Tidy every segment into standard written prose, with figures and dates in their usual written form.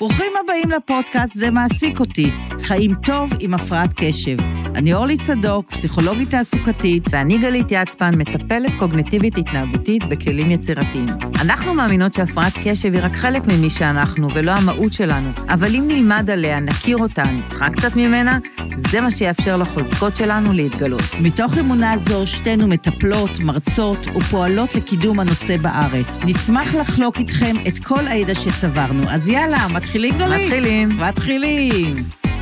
ברוכים הבאים לפודקאסט זה מעסיק אותי, חיים טוב עם הפרעת קשב. אני אורלי צדוק, פסיכולוגית תעסוקתית. ואני גלית יצפן, מטפלת קוגניטיבית התנהגותית בכלים יצירתיים. אנחנו מאמינות שהפרעת קשב היא רק חלק ממי שאנחנו ולא המהות שלנו. אבל אם נלמד עליה, נכיר אותה, נצחק קצת ממנה, זה מה שיאפשר לחוזקות שלנו להתגלות. מתוך אמונה זו, שתינו מטפלות, מרצות ופועלות לקידום הנושא בארץ. נשמח לחלוק איתכם את כל הידע שצברנו. אז יאללה, מתחילים גלית? מתחילים.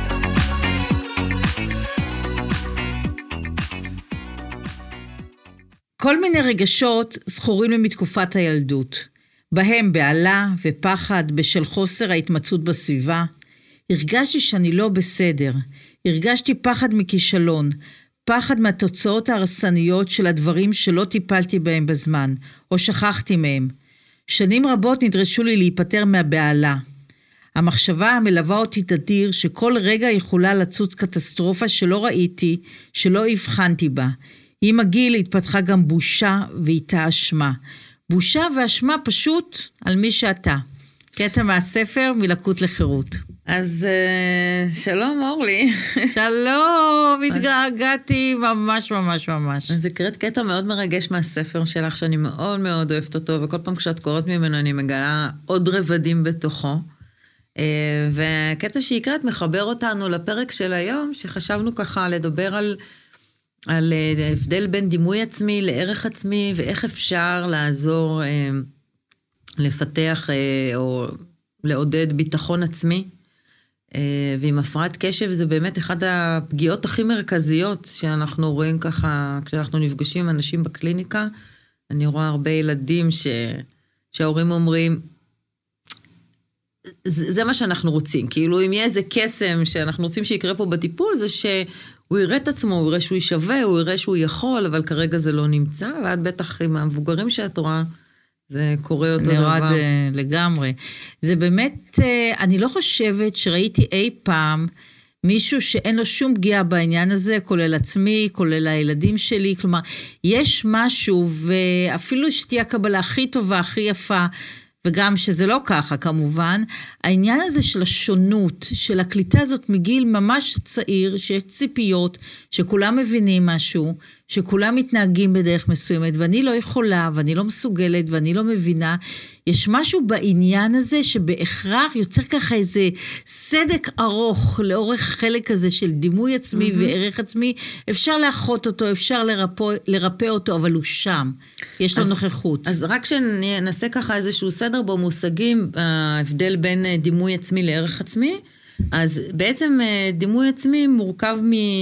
כל מיני רגשות זכורים לי מתקופת הילדות, בהם בעלה ופחד בשל חוסר ההתמצאות בסביבה. הרגשתי שאני לא בסדר, הרגשתי פחד מכישלון, פחד מהתוצאות ההרסניות של הדברים שלא טיפלתי בהם בזמן, או שכחתי מהם. שנים רבות נדרשו לי להיפטר מהבעלה. המחשבה המלווה אותי תדיר שכל רגע יכולה לצוץ קטסטרופה שלא ראיתי, שלא הבחנתי בה. עם הגיל התפתחה גם בושה ואיתה אשמה. בושה ואשמה פשוט על מי שאתה. קטע מהספר מלקות לחירות. אז שלום אורלי. שלום, התגעגעתי ממש. אז הקראת קטע מאוד מרגש מהספר שלך, שאני מאוד מאוד אוהבת אותו, וכל פעם כשאת קוראת ממנו אני מגלה עוד רבדים בתוכו. והקטע שהקראת מחבר אותנו לפרק של היום, שחשבנו ככה לדבר על ההבדל בין דימוי עצמי לערך עצמי, ואיך אפשר לעזור לפתח או לעודד ביטחון עצמי. ועם הפרעת קשב זה באמת אחד הפגיעות הכי מרכזיות שאנחנו רואים ככה, כשאנחנו נפגשים עם אנשים בקליניקה. אני רואה הרבה ילדים שההורים אומרים, זה מה שאנחנו רוצים, כאילו אם יהיה איזה קסם שאנחנו רוצים שיקרה פה בטיפול, זה שהוא יראה את עצמו, הוא יראה שהוא שווה, הוא יראה שהוא יכול, אבל כרגע זה לא נמצא, ואת בטח עם המבוגרים שאת רואה, זה קורה אותו דבר. אני רואה את זה לגמרי. זה באמת, אני לא חושבת שראיתי אי פעם מישהו שאין לו שום פגיעה בעניין הזה, כולל עצמי, כולל הילדים שלי, כלומר, יש משהו, ואפילו שתהיה הקבלה הכי טובה, הכי יפה, וגם שזה לא ככה כמובן, העניין הזה של השונות, של הקליטה הזאת מגיל ממש צעיר, שיש ציפיות, שכולם מבינים משהו, שכולם מתנהגים בדרך מסוימת, ואני לא יכולה, ואני לא מסוגלת, ואני לא מבינה, יש משהו בעניין הזה, שבהכרח יוצר ככה איזה סדק ארוך, לאורך חלק הזה של דימוי עצמי וערך עצמי, אפשר לאחות אותו, אפשר לרפא אותו, אבל הוא שם, יש לו נוכחות. אז רק שננסה ככה איזשהו סדר בו מושגים, ההבדל בין דימוי עצמי לערך עצמי, אז בעצם דימוי עצמי מורכב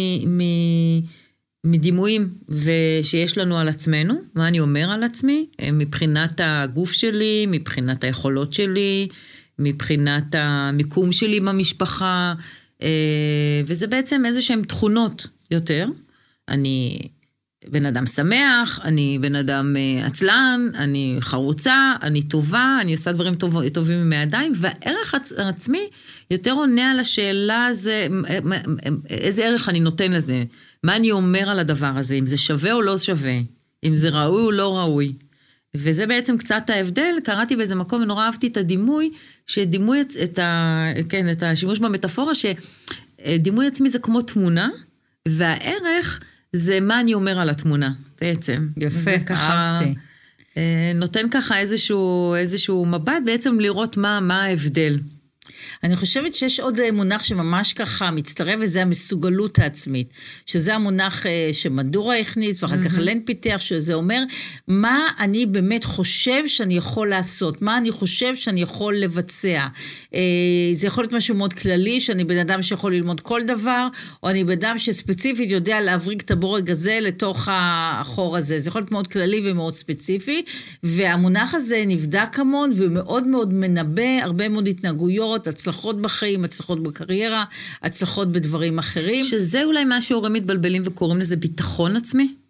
מדימויים שיש לנו על עצמנו, מה אני אומר על עצמי, מבחינת הגוף שלי, מבחינת היכולות שלי, מבחינת המיקום שלי במשפחה, וזה בעצם איזשהם תכונות יותר. אני בן אדם שמח, אני בן אדם עצלן, אני חרוצה, אני טובה, אני עושה דברים טובים מהידיים, והערך העצמי יותר עונה על השאלה הזה, איזה ערך אני נותן לזה, מה אני אומר על הדבר הזה, אם זה שווה או לא שווה, אם זה ראוי או לא ראוי. וזה בעצם קצת ההבדל, קראתי באיזה מקום ונורא אהבתי את הדימוי, שדימוי את השימוש במטאפורה, שדימוי עצמי זה כמו תמונה, והערך זה מה אני אומר על התמונה, בעצם. יפה, אהבתי. נותן ככה איזשהו מבט, בעצם לראות מה ההבדל. אני חושבת שיש עוד מונח שממש ככה מצטרף, וזה המסוגלות העצמית, שזה המונח שמדורה הכניס, ואחר כך לן פיתח, שזה אומר, מה אני באמת חושב שאני יכול לעשות, מה אני חושב שאני יכול לבצע. זה יכול להיות משהו מאוד כללי, שאני בן אדם שיכול ללמוד כל דבר, או אני בן אדם שספציפית יודע להבריג את הבורג הזה לתוך החור הזה. זה יכול להיות מאוד כללי ומאוד ספציפי, והמונח הזה נבדק המון, ומאוד מאוד מנבא הרבה מאוד התנהגויות, הצלחות בחיים, הצלחות בקריירה, הצלחות בדברים אחרים. שזה אולי מה שהורים מתבלבלים וקוראים לזה ביטחון עצמי?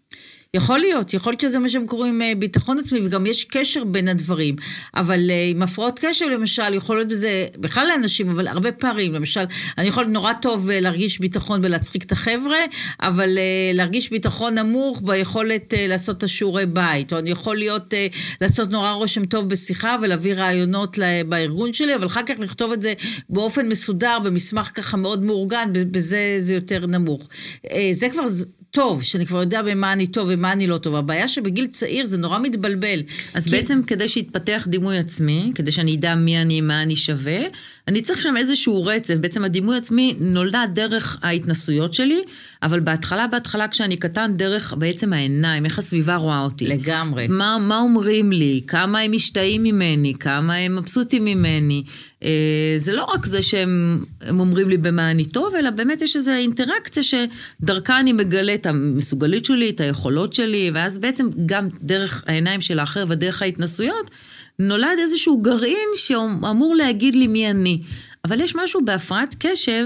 יכול להיות שזה מה שהם קוראים ביטחון עצמי, וגם יש קשר בין הדברים, אבל עם הפרעות קשב למשל, יכול להיות בזה, בכלל לאנשים, אבל הרבה פערים, למשל, אני יכול נורא טוב להרגיש ביטחון ולהצחיק את החבר'ה, אבל להרגיש ביטחון נמוך ביכולת לעשות את השיעורי בית, או אני יכול להיות, לעשות נורא רושם טוב בשיחה, ולהביא רעיונות בארגון שלי, אבל אחר כך לכתוב את זה באופן מסודר, במסמך ככה מאוד מאורגן, בזה זה יותר נמוך. זה כבר טוב, שאני כבר יודע במה אני טוב ומה אני לא טוב. הבעיה שבגיל צעיר זה נורא מתבלבל. אז בעצם כדי שיתפתח דימוי עצמי, כדי שאני אדע מי אני, מה אני שווה, אני צריך שם איזשהו רצף. בעצם הדימוי עצמי נולדה דרך ההתנסויות שלי, אבל בהתחלה כשאני קטן, דרך בעצם העיניים, איך הסביבה רואה אותי. לגמרי. מה אומרים לי, כמה הם משתאים ממני, כמה הם מבסוטים ממני. זה לא רק זה שהם אומרים לי במה אני טוב, אלא באמת יש איזו אינטראקציה שדרכה אני מגלה את המסוגלות שלי, את היכולות שלי, ואז בעצם גם דרך העיניים של האחר ודרך ההתנסויות, נולד איזשהו גרעין שאמור להגיד לי מי אני. אבל יש משהו בהפרעת קשב,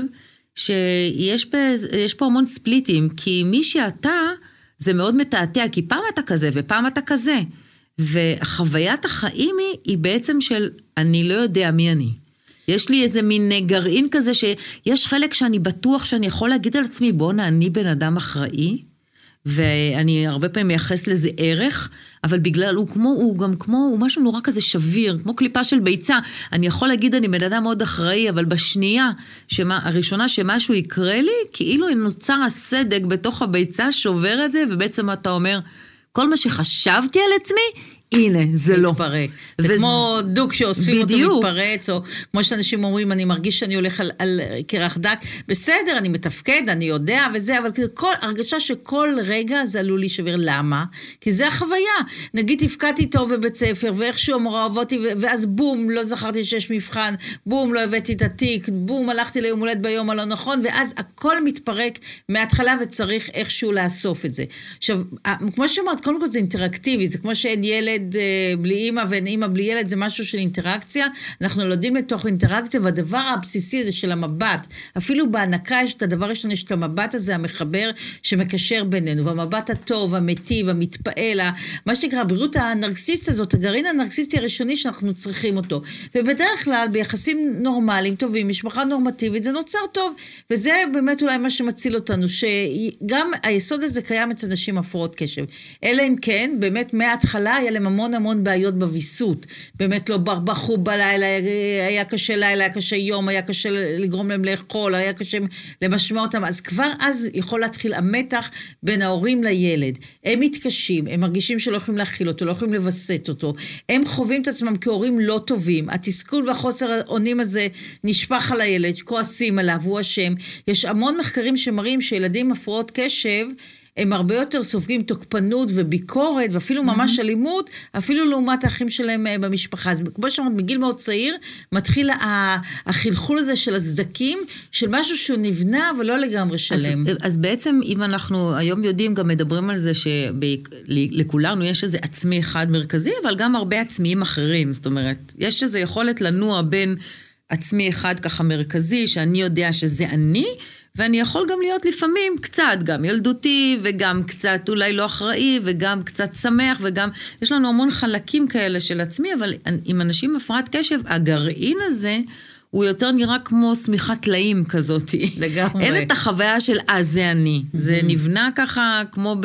שיש פה המון ספליטים, כי מי שאתה, זה מאוד מתעתע, כי פעם אתה כזה ופעם אתה כזה. וחוויית החיים היא בעצם של אני לא יודע מי אני. יש לי איזה מין גרעין כזה שיש חלק שאני בטוח שאני יכול להגיד על עצמי, בוא'נה, אני בן אדם אחראי, ואני הרבה פעמים מייחס לזה ערך, אבל בגלל הוא משהו נורא כזה שביר, כמו קליפה של ביצה. אני יכול להגיד אני בן אדם מאוד אחראי, אבל בשנייה הראשונה שמשהו יקרה לי, כאילו נוצר הסדק בתוך הביצה, שובר את זה, ובעצם אתה אומר, כל מה שחשבתי על עצמי, הנה, זה לא. מתפרק. זה כמו דוק שאוספים אותו מתפרץ, או כמו שאנשים אומרים, אני מרגיש שאני הולך על קרח דק, בסדר, אני מתפקד, אני יודע וזה, אבל הרגשה שכל רגע זה עלול להישבר. למה? כי זה החוויה. נגיד, הפקדתי טוב בבית ספר, ואיכשהו אמרה אהבותי, ואז בום, לא זכרתי שיש מבחן, בום, לא הבאתי את התיק, בום, הלכתי ליום הולד ביום הלא נכון, ואז הכל מתפרק מההתחלה, וצריך איכשהו לאסוף את זה. עכשיו, כמו שאמרת, קודם כל זה אינטראקטיבי, זה כמו שאין ילד בלי אמא ואין אמא בלי ילד, זה משהו של אינטראקציה, אנחנו נולדים לתוך אינטראקציה, והדבר הבסיסי זה של המבט, אפילו בהנקה יש את הדבר ראשון, יש את המבט הזה המחבר שמקשר בינינו, והמבט הטוב, המטיב, המתפעל, מה שנקרא, הבריאות הנרקסיסט הזאת, הגרעין הנרקסיסטי הראשוני שאנחנו צריכים אותו, ובדרך כלל ביחסים נורמליים, טובים, משפחה נורמטיבית, זה נוצר טוב, וזה באמת אולי מה שמציל אותנו, שגם היסוד הזה קיים אצל אנשים הפרעות קשב, אלא אם כן, באמת מההתחלה היה להם המון בעיות בוויסות, באמת לא ברבחו בלילה, היה קשה לילה, היה קשה יום, היה קשה לגרום להם לאכול, היה קשה למשמע אותם, אז כבר אז יכול להתחיל המתח בין ההורים לילד, הם מתקשים, הם מרגישים שלא יכולים להכיל אותו, לא יכולים לבסט אותו, הם חווים את עצמם כהורים לא טובים, התסכול והחוסר האונים הזה נשפך על הילד, כועסים עליו, הוא אשם, יש המון מחקרים שמראים שילדים הפרעות קשב, הם הרבה יותר סופגים תוקפנות וביקורת, ואפילו ממש אלימות, אפילו לעומת האחים שלהם במשפחה. אז כמו שאמרת, מגיל מאוד צעיר, מתחיל החלחול הזה של הסדקים, של משהו שהוא נבנה, ולא לגמרי שלם. אז בעצם, אם אנחנו היום יודעים, גם מדברים על זה, שלכולנו יש איזה עצמי אחד מרכזי, אבל גם הרבה עצמיים אחרים. זאת אומרת, יש איזו יכולת לנוע בין עצמי אחד ככה מרכזי, שאני יודע שזה אני, ואני יכול גם להיות לפעמים קצת, גם ילדותי, וגם קצת אולי לא אחראי, וגם קצת שמח, וגם יש לנו המון חלקים כאלה של עצמי, אבל עם אנשים הפרעת קשב, הגרעין הזה, הוא יותר נראה כמו סמיכת טלאים כזאת. לגמרי. אין את החוויה של, זה אני. זה נבנה ככה כמו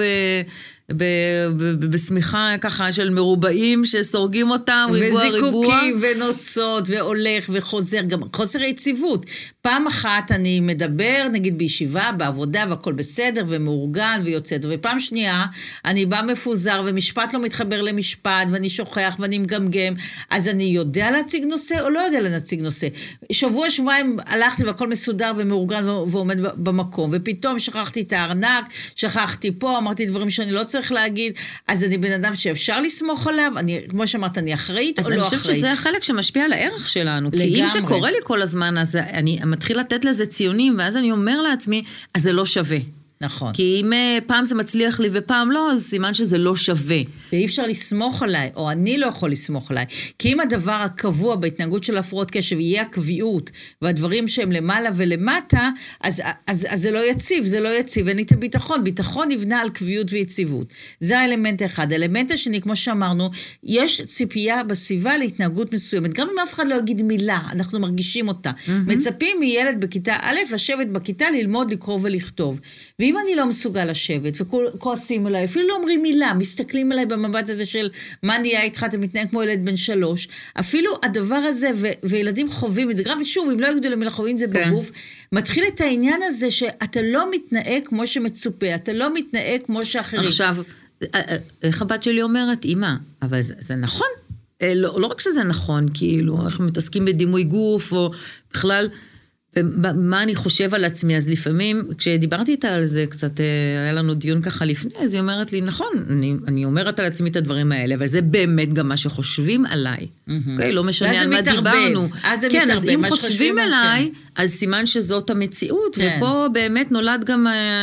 בסמיכה ככה של מרובעים שסורגים אותם, ריבוע. וזיקוקים ונוצות והולך וחוזר, גם חוסר היציבות. פעם אחת אני מדבר, נגיד בישיבה, בעבודה, והכל בסדר ומאורגן ויוצא טוב. ופעם שנייה, אני בא מפוזר ומשפט לא מתחבר למשפט, ואני שוכח ואני מגמגם. אז אני יודע להציג נושא או לא יודע להציג נושא. שבועיים הלכתי והכל מסודר ומאורגן ועומד במקום, ופתאום שכחתי את הארנק, שכחתי פה, אמרתי דברים שאני לא צריך להגיד, אז אני בן אדם שאפשר לסמוך עליו, כמו שאמרת, אני אחראית או לא אחראית. אז אני חושבת שזה החלק שמשפיע על הערך שלנו, כי אם זה קורה לי כל הזמן, אז אני מתחיל לתת לזה ציונים, ואז אני אומר לעצמי, אז זה לא שווה. נכון. כי אם פעם זה מצליח לי ופעם לא, אז סימן שזה לא שווה. ואי אפשר לסמוך עליי, או אני לא יכול לסמוך עליי. כי אם הדבר הקבוע בהתנהגות של הפרעות קשב יהיה הקביעות, והדברים שהם למעלה ולמטה, אז זה לא יציב, זה לא יציב, אין לי את הביטחון. ביטחון נבנה על קביעות ויציבות. זה האלמנט האחד. האלמנט השני, כמו שאמרנו, יש ציפייה בסביבה להתנהגות מסוימת. גם אם אף אחד לא יגיד מילה, אנחנו מרגישים אותה. מצפים מילד בכיתה א' לשבת בכיתה, ללמוד, לקרוא ולכתוב. ואם אני לא מסוגל לשבת, וכועסים עליי, אפילו לא אומרים מילה, מסתכלים עליי במבט הזה של מה נהיה איתך, אתה מתנהג כמו ילד בן 3, אפילו הדבר הזה, וילדים חווים את זה, גם שוב, אם לא יגידו להם, חווים את זה בגוף, מתחיל את העניין הזה שאתה לא מתנהג כמו שמצופה, אתה לא מתנהג כמו שאחרים. עכשיו, איך הבת שלי אומרת, אמא, אבל זה נכון, לא רק שזה נכון, כאילו, איך מתעסקים בדימוי גוף, או בכלל, מה אני חושב על עצמי, אז לפעמים, כשדיברתי איתה על זה קצת, היה לנו דיון ככה לפני, אז היא אומרת לי, נכון, אני אומרת על עצמי את הדברים האלה, אבל זה באמת גם מה שחושבים עליי. אוקיי, לא משנה על מה דיברנו. כן, אז אם חושבים עליי, אז סימן שזאת המציאות, ופה באמת נולד גם,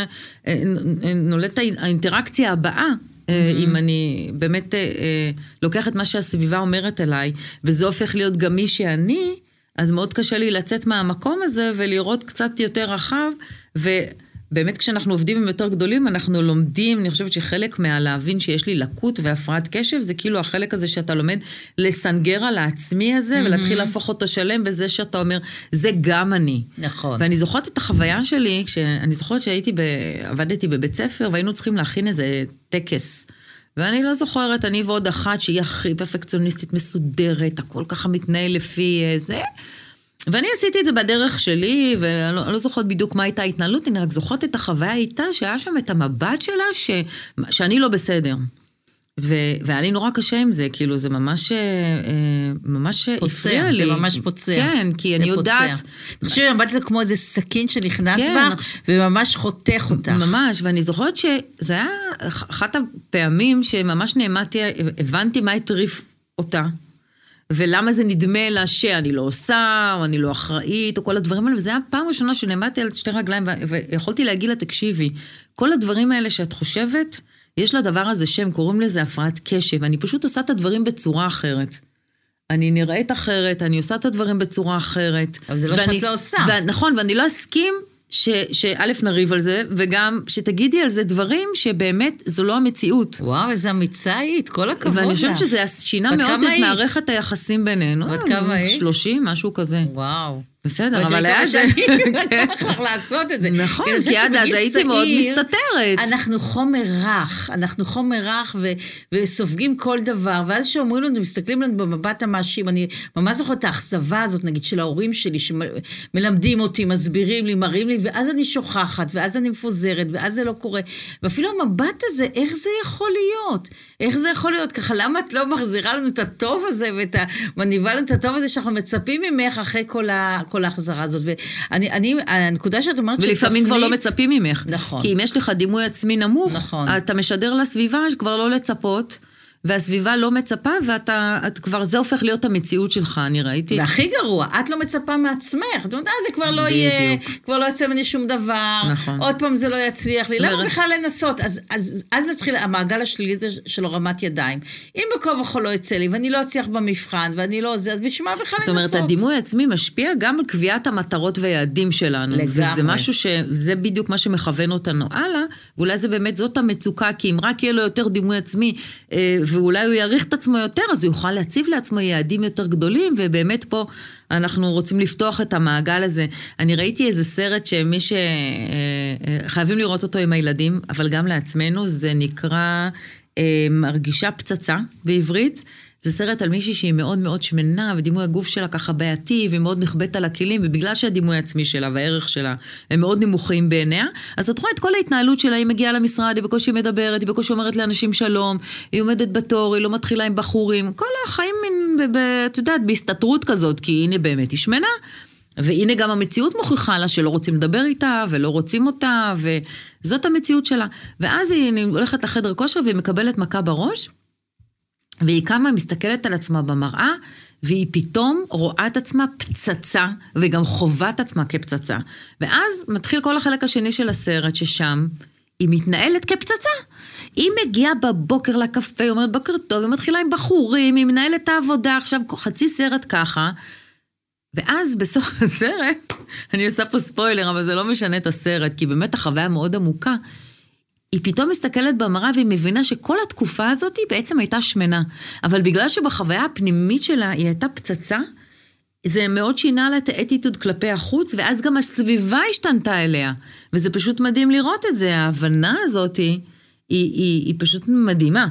נולדת האינטראקציה הבאה, אם אני באמת לוקחת מה שהסביבה אומרת עליי, וזה הופך להיות גם מי שאני, אז מאוד קשה לי לצאת מהמקום הזה, ולראות קצת יותר רחב, ובאמת כשאנחנו עובדים עם יותר גדולים, אנחנו לומדים, אני חושבת שחלק מהלהבין שיש לי לקות והפרעת קשב, זה כאילו החלק הזה שאתה לומד לסנגר על העצמי הזה, ולהתחיל להפוך אותו שלם בזה שאתה אומר, זה גם אני. נכון. ואני זוכרת את החוויה שלי, אני זוכרת עבדתי בבית ספר, והיינו צריכים להכין איזה טקס, ואני לא זוכרת, אני ועוד אחת שהיא הכי פרפקציוניסטית מסודרת, הכל ככה מתנהל לפי זה, ואני עשיתי את זה בדרך שלי, ואני לא זוכרת בדיוק מה הייתה ההתנהלות, אני רק זוכרת את החוויה איתה, שהיה שם את המבט שלה, שאני לא בסדר. והיה לי נורא קשה עם זה, כאילו זה ממש הפריע לי. זה ממש פוצע. כן, כי אני יודעת. תחשבי, המבט זה כמו איזה סכין שנכנס בה, וממש חותך אותך. ממש, ואני זוכרת שזה היה אחת הפעמים שממש נעמדתי, הבנתי מה הטריף אותה, ולמה זה נדמה לה שאני לא עושה, או אני לא אחראית, או כל הדברים האלה, וזה היה פעם ראשונה שנעמדתי על שתי רגליים, ויכולתי להגיד לה, תקשיבי, כל הדברים האלה שאת חושבת, יש לדבר הזה שם, קוראים לזה הפרעת קשב, אני פשוט עושה את הדברים בצורה אחרת. אני נראית אחרת, אני עושה את הדברים בצורה אחרת. אבל זה לא שאת לא עושה. נכון, ואני לא אסכים שא' נריב על זה, וגם שתגידי על זה דברים שבאמת זו לא המציאות. וואו, איזה אמיצאית, כל הכבוד. ואני חושבת שזה שינה מאוד את מערכת היחסים בינינו. בת כמה היית? 30, משהו כזה. וואו. בסדר, אבל היה זה... צריך לעשות את זה. נכון, כי עד אז הייתי מאוד מסתתרת. אנחנו חומר רך וסופגים כל דבר, ואז שאומרים לנו, מסתכלים לנו במבט המאשים, אני ממש זוכרת את האכזבה הזאת, נגיד, של ההורים שלי, שמלמדים אותי, מסבירים לי, מראים לי, ואז אני שוכחת, ואז אני מפוזרת, ואז זה לא קורה. ואפילו המבט הזה, איך זה יכול להיות? איך זה יכול להיות? ככה, למה את לא מחזירה לנו את הטוב הזה, ומניבה לנו את הטוב הזה, שאנחנו מצפים ממך אחרי כל ההחזרה הזאת. הנקודה שאת אומרת ולפעמים כבר לא מצפים ממך. נכון. כי אם יש לך דימוי עצמי נמוך, נכון. אתה משדר לסביבה כבר לא לצפות, והסביבה לא מצפה, ואת כבר, זה הופך להיות המציאות שלך, אני ראיתי. והכי גרוע, את לא מצפה מעצמך, את אומרת, זה כבר לא יהיה, כבר לא יצא מני שום דבר, נכון. עוד פעם זה לא יצליח לי, למה בכלל לנסות? אז מתחיל המעגל השלילי הזה של רמת ידיים. אם בקוב החול לא יצא לי, ואני לא אצליח במבחן, ואני לא זה, אז בשביל מה בכלל לנסות? זאת אומרת, הדימוי העצמי משפיע גם על קביעת המטרות והיעדים שלנו. לגמרי. וזה משהו שזה בדיוק מה שמכוון אותנו הלאה, ואולי זה באמת זאת המצוקה, כי אם רק יהיה לו יותר דימוי עצמי, ואולי הוא יעריך את עצמו יותר, אז הוא יוכל להציב לעצמו יעדים יותר גדולים, ובאמת פה אנחנו רוצים לפתוח את המעגל הזה. אני ראיתי איזה סרט שמי שחייבים לראות אותו עם הילדים, אבל גם לעצמנו, זה נקרא מרגישה פצצה בעברית, זה סרט על מישהי שהיא מאוד מאוד שמנה, ודימוי הגוף שלה ככה בעייתי, והיא מאוד נכבדת על הכלים, ובגלל שהדימוי העצמי שלה והערך שלה הם מאוד נמוכים בעיניה, אז את רואה את כל ההתנהלות שלה, היא מגיעה למשרד, היא בקושי מדברת, היא בקושי אומרת לאנשים שלום, היא עומדת בתור, היא לא מתחילה עם בחורים, כל החיים, את יודעת, בהסתתרות כזאת, כי הנה באמת היא שמנה, והנה גם המציאות מוכיחה לה שלא רוצים לדבר איתה, ולא רוצים אותה, וזאת המציאות שלה. ואז היא הולכת לחדר כושר, והיא מקבלת מכה בראש, והיא קמה, מסתכלת על עצמה במראה, והיא פתאום רואה את עצמה פצצה, וגם חובה את עצמה כפצצה. ואז מתחיל כל החלק השני של הסרט, ששם היא מתנהלת כפצצה. היא מגיעה בבוקר לקפה, היא אומרת בוקר טוב, היא מתחילה עם בחורים, היא מנהלת את העבודה, עכשיו חצי סרט ככה, ואז בסוף הסרט, אני עושה פה ספוילר, אבל זה לא משנה את הסרט, כי באמת החוויה מאוד עמוקה, היא פתאום מסתכלת במראה והיא מבינה שכל התקופה הזאת היא בעצם הייתה שמנה, אבל בגלל שבחוויה הפנימית שלה היא הייתה פצצה, זה מאוד שינה לה את האטיטוד כלפי החוץ, ואז גם הסביבה השתנתה אליה, וזה פשוט מדהים לראות את זה, ההבנה הזאת היא פשוט מדהימה.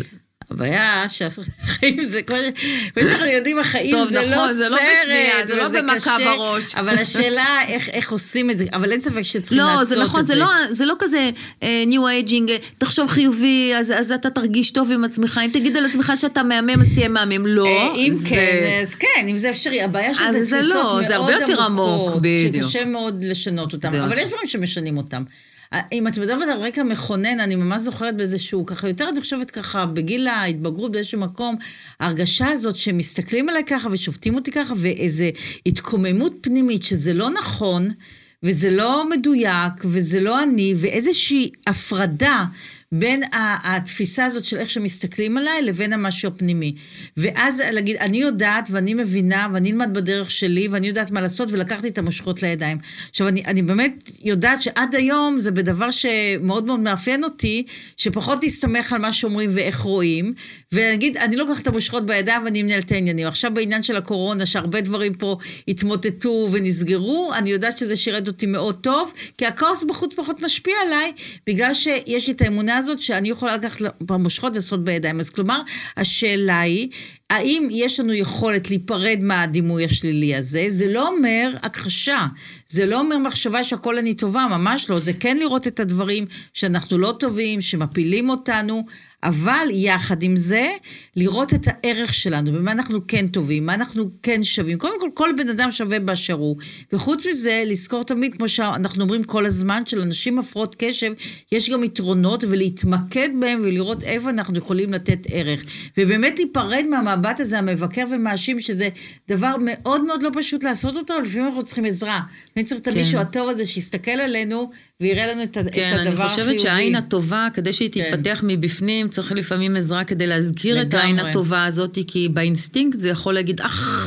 הבעיה שהחיים זה, כמו שאנחנו יודעים, החיים זה לא סרט, זה לא במכה בראש. אבל השאלה איך עושים את זה, אבל אין ספק שצריכים לעשות את זה. לא, זה נכון, זה לא כזה ניו אייג'ינג, תחשוב חיובי, אז אתה תרגיש טוב עם עצמך, אם תגיד על עצמך שאתה מהמם, אז תהיה מהמם, לא. אם כן, אז כן, אם זה אפשרי, הבעיה שזה תפיסות מאוד עמוקות, שקשה מאוד לשנות אותם, אבל יש דברים שמשנים אותם. אם את מדברת על רקע מכונן, אני ממש זוכרת באיזשהו, ככה יותר אני חושבת ככה, בגיל ההתבגרות באיזשהו מקום, ההרגשה הזאת שמסתכלים עליי ככה ושופטים אותי ככה, ואיזו התקוממות פנימית שזה לא נכון, וזה לא מדויק, וזה לא אני, ואיזושהי הפרדה בין התפיסה הזאת של איך שמסתכלים עליי, לבין המשהו הפנימי. ואז להגיד, אני יודעת ואני מבינה, ואני אלמד בדרך שלי, ואני יודעת מה לעשות, ולקחתי את המושכות לידיים. עכשיו, אני באמת יודעת שעד היום זה בדבר שמאוד מאוד מאפיין אותי, שפחות להסתמך על מה שאומרים ואיך רואים, ונגיד, אני לא לוקחת את המושכות בידיים ואני מנהל את העניינים. עכשיו בעניין של הקורונה, שהרבה דברים פה התמוטטו ונסגרו, אני יודעת שזה שירת אותי מאוד טוב, כי הכאוס בחוץ פחות משפיע עליי, בגלל שיש לי את האמונה הזאת שאני יכולה לקחת במושכות ולעשות בידיים. אז כלומר, השאלה היא, האם יש לנו יכולת להיפרד מהדימוי השלילי הזה? זה לא אומר הכחשה, זה לא אומר מחשבה שהכל אני טובה, ממש לא, זה כן לראות את הדברים שאנחנו לא טובים, שמפילים אותנו, אבל יחד עם זה, לראות את הערך שלנו, במה אנחנו כן טובים, מה אנחנו כן שווים. קודם כל, כל בן אדם שווה באשר הוא. וחוץ מזה, לזכור תמיד, כמו שאנחנו אומרים כל הזמן, של אנשים הפרעות קשב, יש גם יתרונות, ולהתמקד בהם, ולראות איפה אנחנו יכולים לתת ערך. ובאמת להיפרד מהמבט הזה, המבקר ומאשים, שזה דבר מאוד מאוד לא פשוט לעשות אותו, לפעמים אנחנו צריכים עזרה. אני צריך את המישהו הטוב הזה, שיסתכל עלינו, ויראה לנו את הדבר החיובי. כן, אני חושבת שהעין הטובה, כדי שהיא תתפתח מבפנים, צריך לפעמים עזרה כדי להזכיר את העין הטובה הזאת, כי באינסטינקט זה יכול להגיד,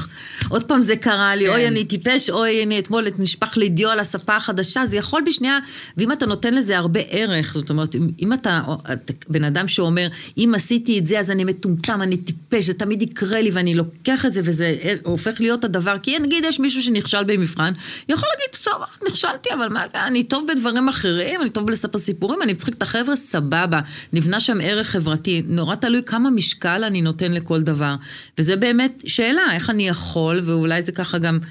עוד פעם זה קרה לי, אוי אני טיפש, אוי אני אתמול נשפך לי דיו על השפה החדשה, זה יכול בשנייה, ואם אתה נותן לזה הרבה ערך, זאת אומרת, אם אתה בן אדם שאומר, אם עשיתי את זה, אז אני מטומטם, אני טיפש, זה תמיד יקרה לי, ואני לוקח את זה, וזה הופך להיות הדבר, כי נגיד יש מישהו שנכשל במבחן, יכול להגיד, טוב, נכשלתי, אבל מה זה, אני טוב בדברים אחרים, אני טוב בלספר סיפורים, אני מצחיק את החבר'ה, סבבה, נבנה שם ערך חברתי, נורא תלוי כמה משקל אני נותן לכל דבר, וזה באמת שאלה, איך אני יכול, ואולי זה ככה גם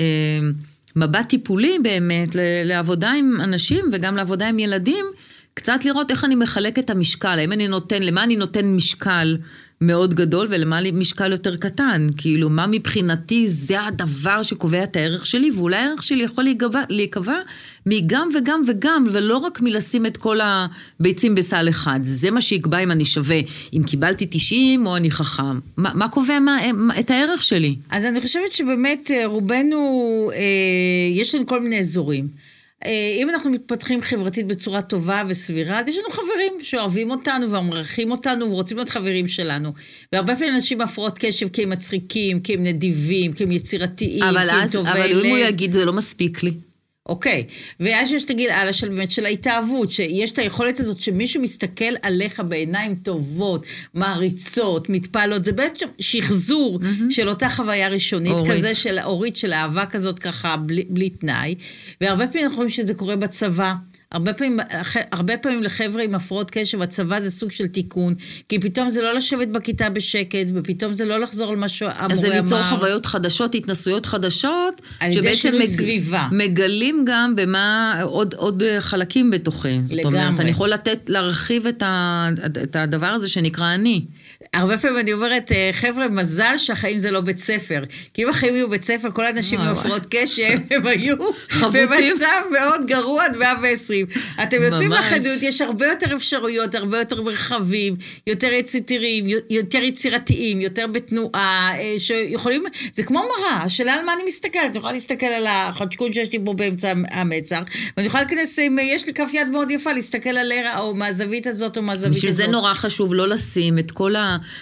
מבט טיפולי באמת, לעבודה עם אנשים וגם לעבודה עם ילדים, קצת לראות איך אני מחלק את המשקל, למה אני נותן משקל מאוד גדול ולמה משקל יותר קטן, כאילו מה מבחינתי זה הדבר שקובע את הערך שלי, ואולי הערך שלי יכול להיקבע מגם וגם וגם, ולא רק מלשים את כל הביצים בסל אחד, זה מה שיקבע אם אני שווה, אם קיבלתי 90 או אני חכם, מה קובע את הערך שלי? אז אני חושבת שבאמת רובנו, יש לנו כל מיני אזורים, אם אנחנו מתפתחים חברתית בצורה טובה וסבירה, אז יש לנו חברים שאוהבים אותנו ומעריכים אותנו ורוצים להיות חברים שלנו. והרבה פעמים אנשים הפרעות קשב כי הם מצחיקים, כי הם נדיבים, כי הם יצירתיים, כי הם טובי לב. אבל אם הוא יגיד, זה לא מספיק לי. אוקיי, ויש תגיד הלאה של ההתאהבות, שיש את היכולת הזאת שמישהו מסתכל עליך בעיניים טובות, מעריצות, מתפעלות, זה בעצם שחזור של אותה חוויה ראשונית, כזה של אורית, של אהבה כזאת ככה, בלי תנאי, והרבה פעמים אנחנו רואים שזה קורה בצבא, הרבה פעמים לחבר'ה עם הפרעות קשב, הצבא זה סוג של תיקון, כי פתאום זה לא לשבת בכיתה בשקט, ופתאום זה לא לחזור על משהו המורה אמר. אז זה ליצור חוויות חדשות, התנסויות חדשות, שבעצם מגלים גם במה עוד חלקים בתוכי. זאת אומרת, אני יכול להרחיב את הדבר הזה שנקרא אני. הרבה פעמים אני אומרת, חבר'ה, מזל שהחיים זה לא בית ספר. כי אם החיים היו בית ספר, כל האנשים עם הפרעות קשב, הם היו במצב מאוד גרוע עד 120. אתם יוצאים לחדות, יש הרבה יותר אפשרויות, הרבה יותר מרחבים, יותר יצירתיים, יותר בתנועה, שיכולים, זה כמו מראה, השאלה על מה אני מסתכלת, אני יכולה להסתכל על החדשקון שיש לי פה באמצע המצח, ואני יכולה להיכנס, אם יש לי כף יד מאוד יפה, להסתכל עליה, או מהזווית הזאת, או מהזווית הזאת. בשביל זה נורא חשוב לא לשים את כל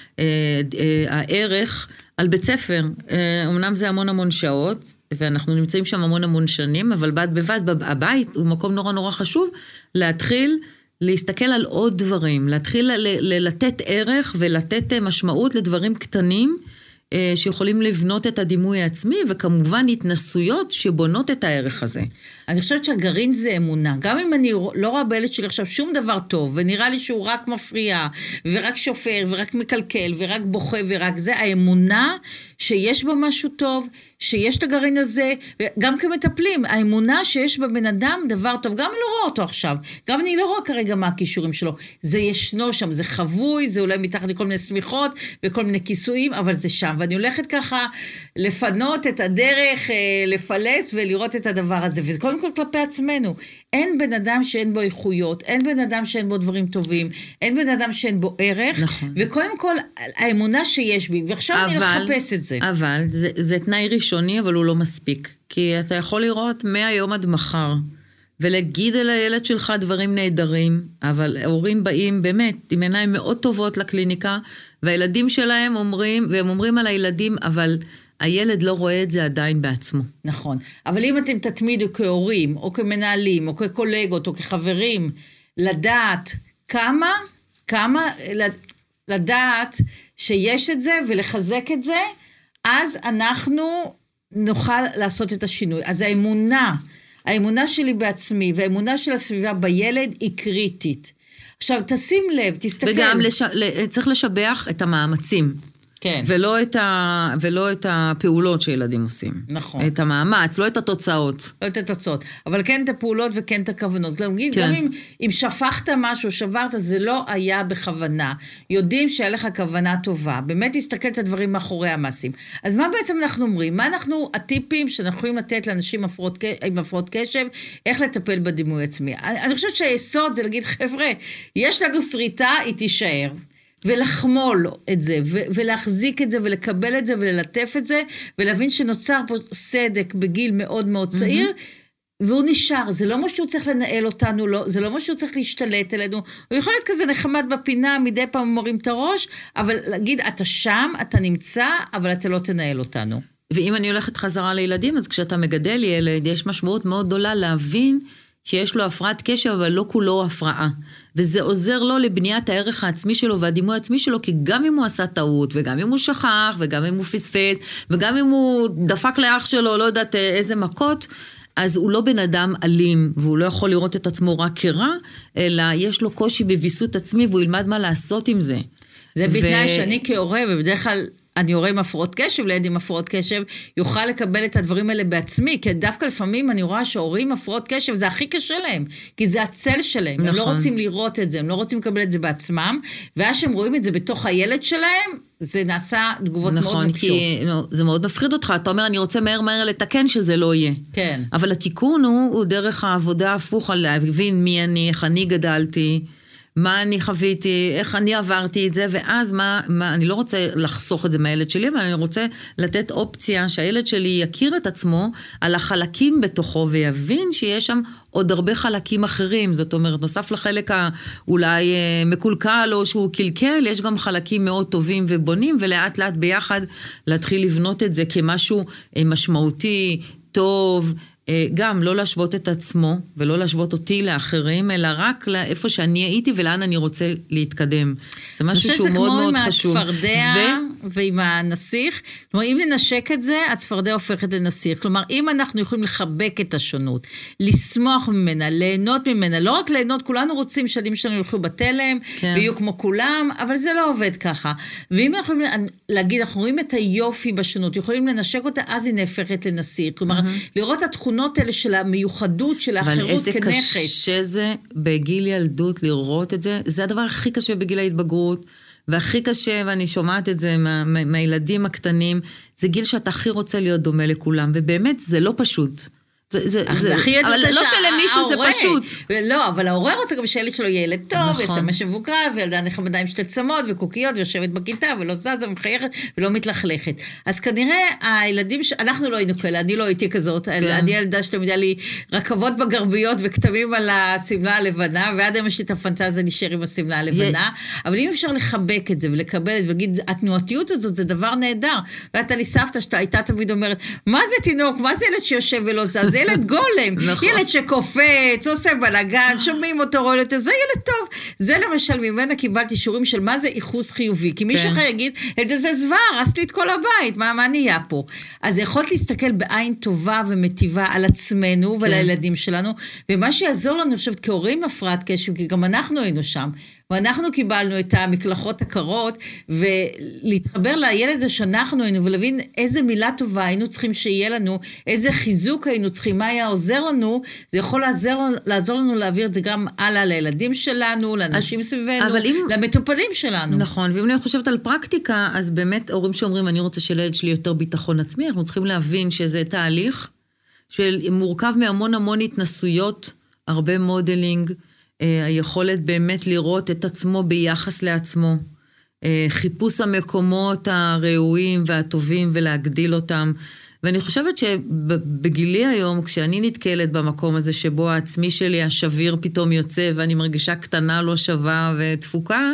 הערך על בית ספר. אמנם זה המון שעות, ואנחנו נמצאים שם המון שנים, אבל בד בבד, הבית הוא מקום נורא חשוב, להתחיל להסתכל על עוד דברים, להתחיל לתת ערך ולתת משמעות לדברים קטנים, שיכולים לבנות את הדימוי העצמי, וכמובן התנסויות שבונות את הערך הזה. אני חושבת שהגרעין זה אמונה. גם אם אני לא רואה בילד שלי עכשיו שום דבר טוב, ונראה לי שהוא רק מפריע, ורק שופר, ורק מקלקל, ורק בוכה, ורק זה, האמונה שיש בה משהו טוב, שיש את הגרעין הזה, גם כמטפלים, האמונה שיש בבן אדם דבר טוב, גם אני לא רואה אותו עכשיו, גם אני לא רואה כרגע מה הכישורים שלו, זה ישנו שם, זה חבוי, זה אולי מתחת לכל מיני סמיכות, וכל מיני כיסויים, אבל זה שם, ואני הולכת ככה לפנות את הדרך, לפלס ולראות את הדבר הזה, וזה קודם כל כלפי עצמנו, אין בן אדם שאין בו איכויות, אין בן אדם שאין בו דברים טובים, אין בן אדם שאין בו ערך, נכון. וקודם כל האמונה שיש בי, ועכשיו אני לחפש את זה. אבל זה תנאי ראשוני, אבל הוא לא מספיק, כי אתה יכול לראות מהיום עד מחר, ולהגיד על הילד שלך דברים נהדרים, אבל ההורים באים באמת עם עיניים מאוד טובות לקליניקה, והילדים שלהם אומרים, והם אומרים על הילדים, אבל הילד לא רואה את זה עדיין בעצמו. נכון, אבל אם אתם תתמידו כהורים, או כמנהלים, או כקולגות, או כחברים, לדעת כמה לדעת שיש את זה, ולחזק את זה, אז אנחנו נוכל לעשות את השינוי. אז האמונה שלי בעצמי, והאמונה של הסביבה בילד היא קריטית. עכשיו, תשים לב, תסתכל. וגם צריך לשבח את המאמצים. כן. ולא את הפעולות שילדים עושים. נכון. את המאמץ, לא את התוצאות. לא את התוצאות. אבל כן את הפעולות וכן את הכוונות. להגיד, כן. גם אם שפכת משהו, שברת, זה לא היה בכוונה. יודעים שהיה לך כוונה טובה. באמת תסתכל את הדברים מאחורי המעשים. אז מה בעצם אנחנו אומרים? מה הטיפים שאנחנו יכולים לתת לאנשים עם הפרעות קשב, איך לטפל בדימוי עצמי? אני חושבת שהיסוד זה להגיד, חבר'ה, יש לנו שריטה, היא תישאר. ולחמול את זה, ולהחזיק את זה, ולקבל את זה, וללטף את זה, ולהבין שנוצר פה סדק בגיל מאוד מאוד צעיר, והוא נשאר, זה לא מה שהוא צריך לנהל אותנו, זה לא מה שהוא צריך להשתלט אלינו, הוא יכול להיות כזה נחמד בפינה, מדי פעם מורים את הראש, אבל להגיד, אתה שם, אתה נמצא, אבל אתה לא תנהל אותנו. ואם אני הולכת חזרה לילדים, אז כשאתה מגדל ילד, יש משמעות מאוד גדולה להבין, שיש לו הפרעת קשב, אבל לא כולו הפרעה. וזה עוזר לו לבניית הערך העצמי שלו, והדימוי העצמי שלו, כי גם אם הוא עשה טעות, וגם אם הוא שכח, וגם אם הוא פספס, וגם אם הוא דפק לאח שלו, לא יודעת איזה מכות, אז הוא לא בן אדם אלים, והוא לא יכול לראות את עצמו רק כרע, אלא יש לו קושי בביסות עצמי, והוא ילמד מה לעשות עם זה. זה בתנאי שאני כהורה, ובדרך כלל אני הורה עם הפרעות קשב, ליד עם הפרעות קשב, יוכל לקבל את הדברים האלה בעצמי, כי דווקא לפעמים אני רואה שההורים עם הפרעות קשב, זה הכי קשה להם, כי זה הצל שלהם, נכון. הם לא רוצים לראות את זה, הם לא רוצים לקבל את זה בעצמם, ואז שהם רואים את זה בתוך הילד שלהם, זה נעשה תגובות נכון, מאוד נוקשות. נכון, כי זה מאוד מפחיד אותך, אתה אומר, אני רוצה מהר לתקן שזה לא יהיה. כן. אבל התיקון הוא דרך העבודה הפוך, על להבין מי אני, איך אני גדלתי, מה אני חוויתי, איך אני עברתי את זה, ואז אני לא רוצה לחסוך את זה מהילד שלי, אבל אני רוצה לתת אופציה שהילד שלי יכיר את עצמו על החלקים בתוכו, ויבין שיש שם עוד הרבה חלקים אחרים, זאת אומרת, נוסף לחלק אולי מקולקל או שהוא קלקל, יש גם חלקים מאוד טובים ובונים, ולאט לאט ביחד להתחיל לבנות את זה כמשהו משמעותי, טוב, גם לא להשוות את עצמו, ולא להשוות אותי לאחרים, אלא רק לאיפה שאני הייתי, ולאן אני רוצה להתקדם. זה משהו שהוא מאוד מאוד חשוב. אני חושבת שזה כמו עם הצפרדע ועם הנסיך, כלומר, אם ננשק את זה, הצפרדע הופכת לנסיך. כלומר, אם אנחנו יכולים לחבק את השונות, לשמוח ממנה, ליהנות ממנה, לא רק ליהנות, כולנו רוצים שהילדים שלנו ילכו בתלם, ויהיו כמו כולם, אבל זה לא עובד ככה. ואם אנחנו יכולים להגיד, אנחנו רואים את היופי בשונות, יכולים לנשק אותה, אז היא נהפכת לנסיך. כלומר, לראות התכונות האלה של המיוחדות, של האחרות כנכס. אבל איזה קשה זה בגיל ילדות לראות את זה, זה הדבר הכי קשה בגיל ההתבגרות, והכי קשה, ואני שומעת את זה מהילדים הקטנים, זה גיל שאתה הכי רוצה להיות דומה לכולם, ובאמת זה לא פשוט. אבל לא שלמישהו זה פשוט. לא, אבל ההורה רוצה גם שהילד שלו ילד טוב, יסמש מבוקרה, וילדה נחמדה עם שתי צמות וקוקיות, ויושבת בכיתה, ולא זזה ומחייכת, ולא מתלכלכת. אז כנראה הילדים, אנחנו לא היינו כאלה, אני לא הייתי כזאת, אני ילדה שתמידה לי רכבות בגרביות וכתמים על הסמלה הלבנה, ועד היום יש לי את הפנטזיה להישאר עם הסמלה הלבנה, אבל אם אפשר לחבק את זה ולקבל את זה, ולהגיד, התנועתיות הזאת זה דבר נהדר, ואתה לי סבתא שאתה הייתה תמיד אומרת, מה זה תינוק, מה זה ילד שיושב ולא זז, זה ילד גולם, ילד שקופץ, עושה בלגן, שומעים אותו, רואה אותו, זה ילד טוב. זה למשל, ממנה קיבלתי שיעורים של מה זה ייחוס חיובי, כי מישהו אחר יגיד, זה זוועה, הרס לי את כל הבית, מה נהיה פה? אז יכולת להסתכל בעין טובה ומטיבה על עצמנו ועל הילדים שלנו, ומה שיעזור לנו, אני חושבת, כהורים הפרעת קשב, כי גם אנחנו היינו שם, ואנחנו קיבלנו את המקלחות הקרות, ולהתחבר לילד הזה שאנחנו היינו, ולהבין איזה מילה טובה היינו צריכים שיהיה לנו, איזה חיזוק היינו צריכים, מה היה עוזר לנו, זה יכול לעזור לנו להעביר את זה גם הלאה לילדים שלנו, לאנשים סביבנו, למטופלים שלנו. נכון, ואם אני חושבת על פרקטיקה, אז באמת הורים שאומרים, אני רוצה שלילד שלי יותר ביטחון עצמי, אנחנו צריכים להבין שזה תהליך, שמורכב מהמון התנסויות, הרבה מודלינג, היכולת באמת לראות את עצמו ביחס לעצמו, חיפוש המקומות הראויים והטובים ולהגדיל אותם, ואני חושבת שבגילי היום, כשאני נתקלת במקום הזה שבו העצמי שלי השביר פתאום יוצא, ואני מרגישה קטנה לא שווה ודפוקה,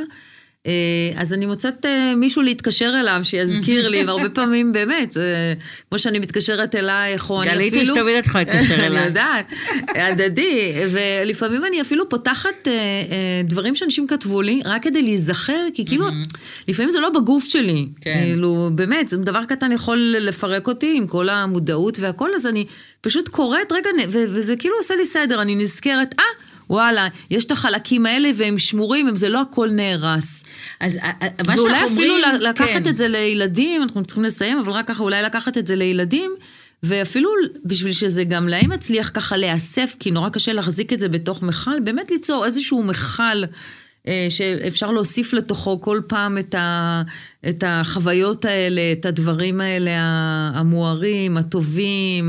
אז אני מוצאת מישהו להתקשר אליו שיזכיר לי, והרבה פעמים באמת, כמו שאני מתקשרת אלייך, או אני אפילו... גלית שתמיד את יכולה להתקשר אליי. אני יודעת, הדדי, ולפעמים אני אפילו פותחת דברים שאנשים כתבו לי, רק כדי להיזכר, כי כאילו, לפעמים זה לא בגוף שלי, כאילו, באמת, זה דבר קטן יכול לפרק אותי עם כל המודעות והכל, אז אני פשוט קוראת רגע, וזה כאילו עושה לי סדר, אני נזכרת, וואלה, יש את החלקים האלה והם שמורים, זה לא הכל נהרס. אז ואולי אפילו לקחת את זה לילדים, אנחנו צריכים לסיים, אבל רק ככה אולי לקחת את זה לילדים, ואפילו בשביל שזה גם להם הצליח ככה להיאסף, כי נורא קשה להחזיק את זה בתוך מחל, באמת ליצור איזשהו מחל, שאפשר להוסיף לתוכו כל פעם את החוויות האלה, את הדברים האלה המוארים, הטובים,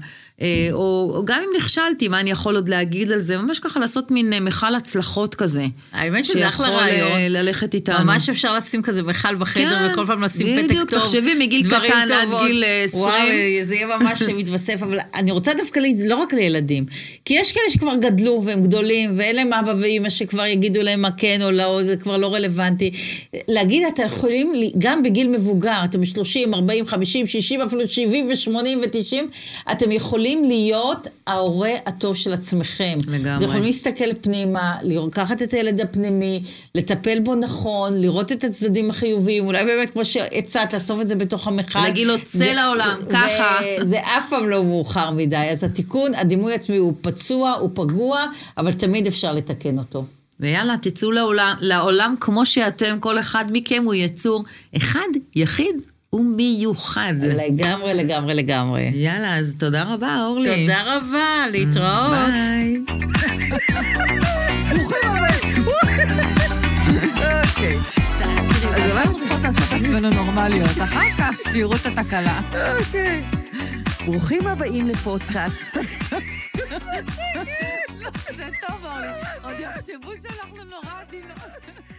או גם אם נכשלתי, מה אני יכול עוד להגיד על זה, ממש ככה לעשות מין מחל הצלחות כזה. האמת שזה אחלה רעיון. שיכול ללכת איתנו. ממש אפשר לשים כזה מחל בחדר, וכל פעם לשים פתק טוב. בדיוק, תחשבי מגיל קטן עד גיל 20. וואו, זה יהיה ממש מתווסף, אבל אני רוצה דווקא לא רק לילדים, כי יש כאלה שכבר גדלו והם גדולים, ואלה הם אבא ואמא שכבר יגידו להם מה כן או לא, זה כבר לא רלוונטי. להגיד, אתה יכולים, גם בגיל מבוגר, אתם 30, 40, 50, 60, אפילו 70 ו-80 ו-90, אתם יכולים להיות ההורה הטוב של עצמכם. לגמרי. אתם יכולים להסתכל פנימה, לקחת את הילד הפנימי, לטפל בו נכון, לראות את הצדדים החיוביים, אולי באמת כמו שהצעת, תאסוף את זה בתוך המחל. להגיד לו צא לעולם, ככה. זה אף פעם לא מאוחר מדי, אז התיקון, הדימוי עצמי הוא פצוע, הוא פגוע, אבל תמיד אפשר לתקן אותו. ויאללה, תצאו לעולם כמו שאתם, כל אחד מכם הוא יצור אחד, יחיד, ומיוחד. לגמרי, לגמרי, לגמרי. יאללה, אז תודה רבה, אורלי. תודה רבה, להתראות. ביי. ברוכים הבאים. אוקיי. אז אולי אנחנו צריכות לעשות את עצמנו נורמליות. אחר כך שיראו את התקלה. אוקיי. ברוכים הבאים לפודקאסט. לא, זה טוב, אורלי. עוד יחשבו שאנחנו נורא עדינות.